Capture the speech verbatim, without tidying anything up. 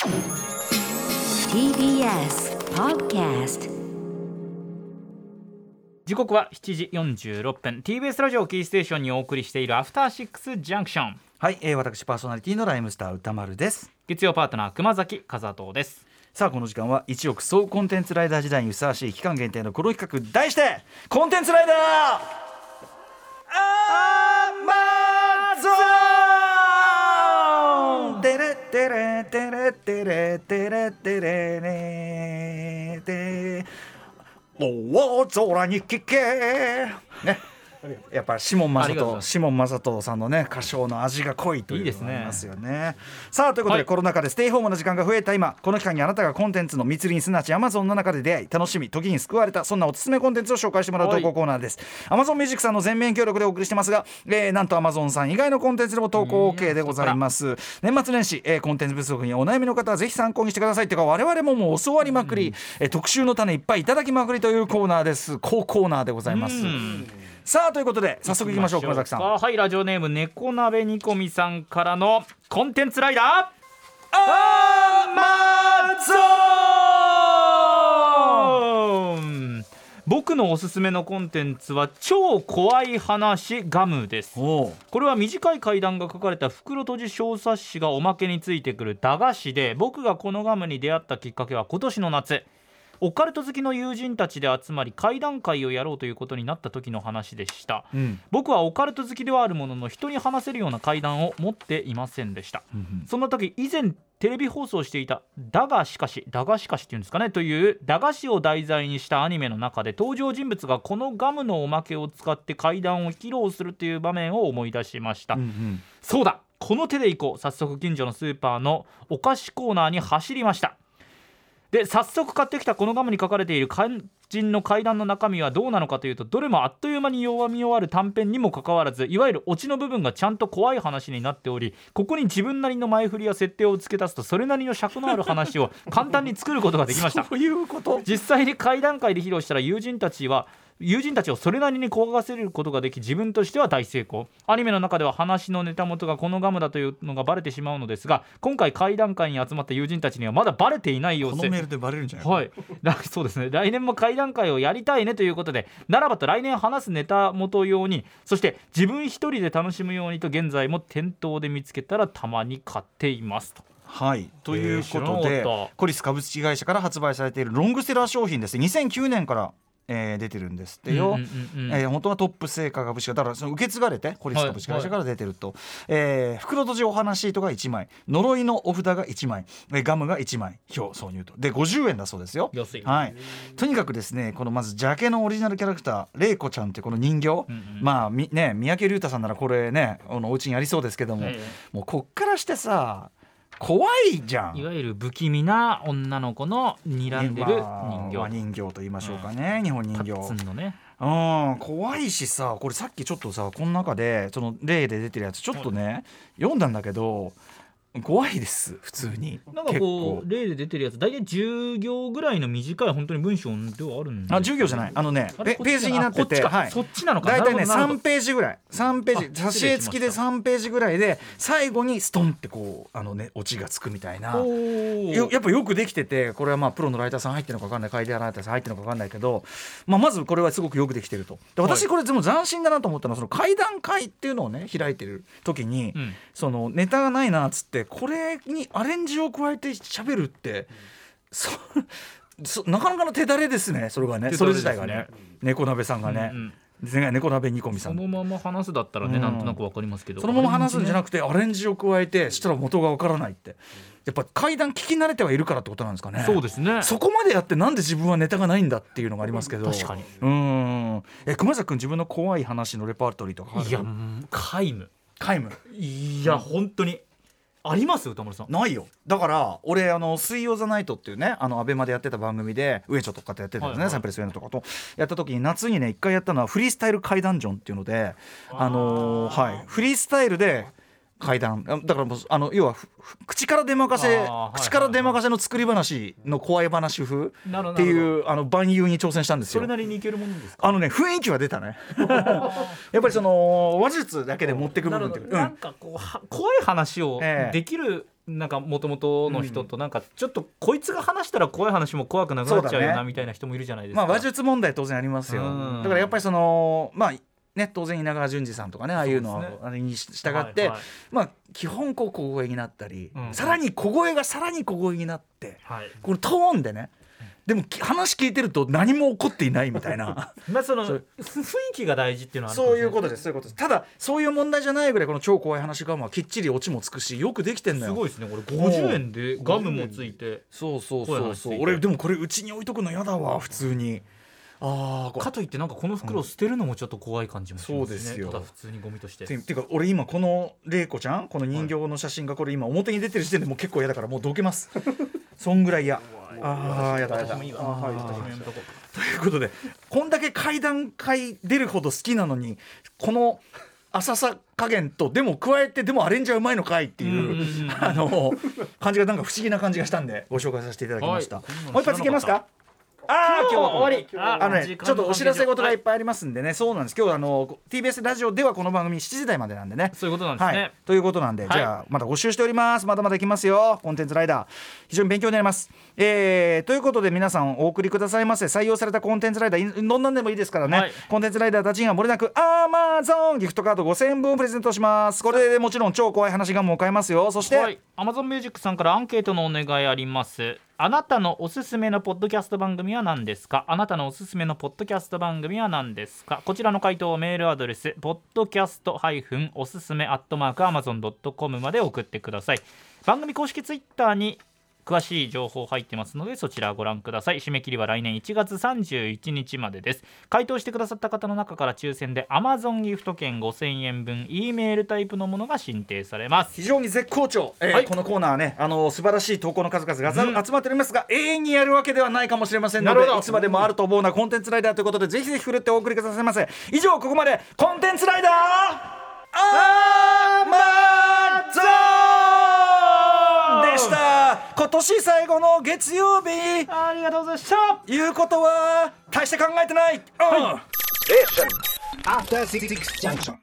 ティービーエス Podcast。 時刻はしちじよんじゅうろっぷん、 ティービーエス ラジオキーステーションにお送りしているアフターシックスジャンクション。 はい、えー、私パーソナリティのライムスター歌丸です。 月曜パートナー熊崎和人です。 さあこの時間はいちおく総コンテンツライダー時代にふさわしい期間限定のこの企画、題してコンテンツライダーアマゾン。テレテレテレテレテレテレねて大空に聞けね。やっぱシモン・マサトシモン・マサトさんのね歌唱の味が濃いというのがありますよ ね, いいですね。さあということで、はい、コロナ禍でステイホームの時間が増えた今、この期間にあなたがコンテンツの密林すなわち Amazon の中で出会い楽しみ時に救われた、そんなおすすめコンテンツを紹介してもらう投稿コーナーです。 Amazon ミュージックさんの全面協力でお送りしてますが、えー、なんと Amazon さん以外のコンテンツでも投稿 OK でございます。年末年始、えー、コンテンツ不足にお悩みの方はぜひ参考にしてください。というか我々ももう教わりまくり、えー、特集の種いっぱいいただきまくりというコーナーです。高コーナーでございます。さあということで早速いきましょう。熊崎さん。 はい、ラジオネーム猫鍋煮込みさんからのコンテンツライダーアマゾン。 僕のおすすめのコンテンツは超怖い話ガムです。これは短い怪談が書かれた袋閉じ小冊子がおまけについてくる駄菓子で、僕がこのガムに出会ったきっかけは今年の夏、オカルト好きの友人たちで集まり怪談会をやろうということになった時の話でした、うん、僕はオカルト好きではあるものの人に話せるような怪談を持っていませんでした、うんうん、そんな時以前テレビ放送していただがしかしだがしかしっていうんですかねという駄菓子を題材にしたアニメの中で登場人物がこのガムのおまけを使って怪談を披露するという場面を思い出しました、うんうん、そうだこの手でいこう。早速近所のスーパーのお菓子コーナーに走りました。で早速買ってきたこのガムに書かれている肝心の怪談の中身はどうなのかというと、どれもあっという間に弱み終わる短編にもかかわらず、いわゆるオチの部分がちゃんと怖い話になっており、ここに自分なりの前振りや設定を付け足すとそれなりの尺のある話を簡単に作ることができましたそういうこと。 実際に怪談会で披露したら友人たちは友人たちをそれなりに怖がらせることができ、自分としては大成功。アニメの中では話のネタ元がこのガムだというのがバレてしまうのですが、今回怪談会に集まった友人たちにはまだバレていない様子。 このメールでバレるんじゃないか、 はい、そうですね。来年も怪談会をやりたいねということで、ならばと来年話すネタ元用に、そして自分一人で楽しむようにと現在も店頭で見つけたらたまに買っていますと。 はい、ということで、コリス株式会社から発売されているロングセラー商品ですね。にせんきゅうねんからえー、出てるんですってよ、うんうんうんうん。えー、本当はトップ製菓株式会社だからその受け継がれてコリス株式会社から出てると、はいはい。えー、袋閉じお話シートがいちまい、呪いのお札がいちまい、えー、ガムがいちまい表挿入とでごじゅうえんだそうですよ。 安い、 はい、とにかくですね、このまずジャケのオリジナルキャラクターレイコちゃんってこの人形、うんうん、まあみね、三宅龍太さんならこれねあのお家にありそうですけども、えー、もうこっからしてさ怖いじゃん。 いわゆる不気味な女の子の睨んでる人形、 まあ、人形と言いましょうかね、うん、日本人形タッツンのね、 うん、怖いしさ、これさっきちょっとさこの中でその例で出てるやつちょっとね、うん、読んだんだけど怖いです普通に。 なんかこう例で出てるやつ大体じゅう行ぐらいの短い本当に文章ではあるんです。 あじゅう行じゃない、あのねページになってて、 はい、そっちなのか。 大体ねさんページぐらいさんページ挿絵付きでさんページぐらいで最後にストンってこうあのねオチがつくみたいな、やっぱよくできてて、これはまあプロのライターさん入ってるのか分かんない、書いてあるライターさん入ってるのか分かんないけど、まあ、まずこれはすごくよくできてると。で私これでも斬新だなと思ったのは、その怪談会っていうのをね開いてる時に、うん、そのネタがないなっつってこれにアレンジを加えて喋るって、うん、そそなかなかの手だれですね。それがね、それ自体がね、猫鍋さんがね、うんうん、猫鍋煮込みさんそのまま話すだったらね、うん、なんとなく分かりますけど、 そのまま話すんじゃなくてアレンジを加えてしたら元が分からないって、やっぱ怪談聞き慣れてはいるからってことなんですかね。 そうですね。 そこまでやってなんで自分はネタがないんだっていうのがありますけど、 確かに。 うーんえ熊崎君自分の怖い話のレパートリーとかある？ いや皆無皆無いや、うん、本当にあります歌丸さん。 ないよ。だから俺あの水曜ザナイトっていうね、あのアベマでやってた番組でウエチョとかってやってたんですね、はいはい、サンプレスウェイとかとやった時に夏にね一回やったのはフリースタイル怪談ジョンっていうので、あのー、はいフリースタイルで怪談だからもうあの要は口から出任せ、口から出任せの作り話の怖い話風っていうあの万有に挑戦したんですよ。 それなりにいけるものですか？ あのね雰囲気は出たねやっぱりその話術だけで持ってく部分っていう、 なんかこうは怖い話をできるなんか元々の人となんかちょっとこいつが話したら怖い話も怖くなくなっちゃうよなみたいな人もいるじゃないですか。 まあ話術問題当然ありますよ。だからやっぱりそのまあね、当然稲川淳二さんとかねああいうのあれに従って、はいはい、まあ基本こう小声になったり、うん、さらに小声がさらに小声になって、はい、このトーンでねでも話聞いてると何も起こっていないみたいなまあその雰囲気が大事っていうのはあるかそういうことですそういうことです。ただそういう問題じゃないぐらいこの超怖い話ガムはきっちりオチもつくしよくできてんのよ。 すごいですねこれごじゅうえんでガムもついてそうそうそうそう俺でもこれうちに置いとくのやだわ普通に。 あかといってなんかこの袋を捨てるのもちょっと怖い感じもしますね、うん、そうですよ。ただ普通にゴミとしてていうか俺今この玲子ちゃんこの人形の写真がこれ今表に出てる時点でもう結構嫌だからもうどけますそんぐらい嫌。ああやだやだ。ということでこんだけ階段階出るほど好きなのにこの浅さ加減とでも加えてでもアレンジはうまいのかいっていうあの感じがなんか不思議な感じがしたんでご紹介させていただきました、はい、もう一発いけますか。あー今日は終わりあの、ね、ちょっとお知らせ事がいっぱいありますんでね、はい、そうなんです今日あの ティービーエス ラジオではこの番組しちじ台までなんでねそういうことなんですね、 はい、ということなんで、はい、じゃあまだ募集しております。まだまだいきますよコンテンツライダー非常に勉強になります、えー、ということで皆さんお送りくださいませ。採用されたコンテンツライダーどんなんでもいいですからね、はい、コンテンツライダーたちにはもれなく Amazon ギフトカードごせんえんぶんをプレゼントします。これでもちろん超怖い話ガムを買えますよ。そして、はい、 Amazon Music さんからアンケートのお願いあります。あなたのおすすめのポッドキャスト番組は何ですか。あなたのおすすめのポッドキャスト番組は何ですか。こちらの回答をメールアドレス ポッドキャストおすすめ アットマークアマゾンドットコム まで送ってください。番組公式ツイッターに詳しい情報入ってますのでそちらをご覧ください。締め切りは来年いちがつさんじゅういちにちまでです。回答してくださった方の中から抽選で Amazon ギフト券ごせんえんぶん E メールタイプのものが進呈されます。 非常に絶好調、えーはい、このコーナーねあの素晴らしい投稿の数々が、うん、集まっておりますが永遠にやるわけではないかもしれませんのでいつまでもあると思うなコンテンツライダーということでぜひぜひ振るってお送りくださいませ。以上ここまでコンテンツライダーアマゾンでした。今年最後の月曜日ありがとうございました。 いうことは大して考えてない、うん、 After Six Junction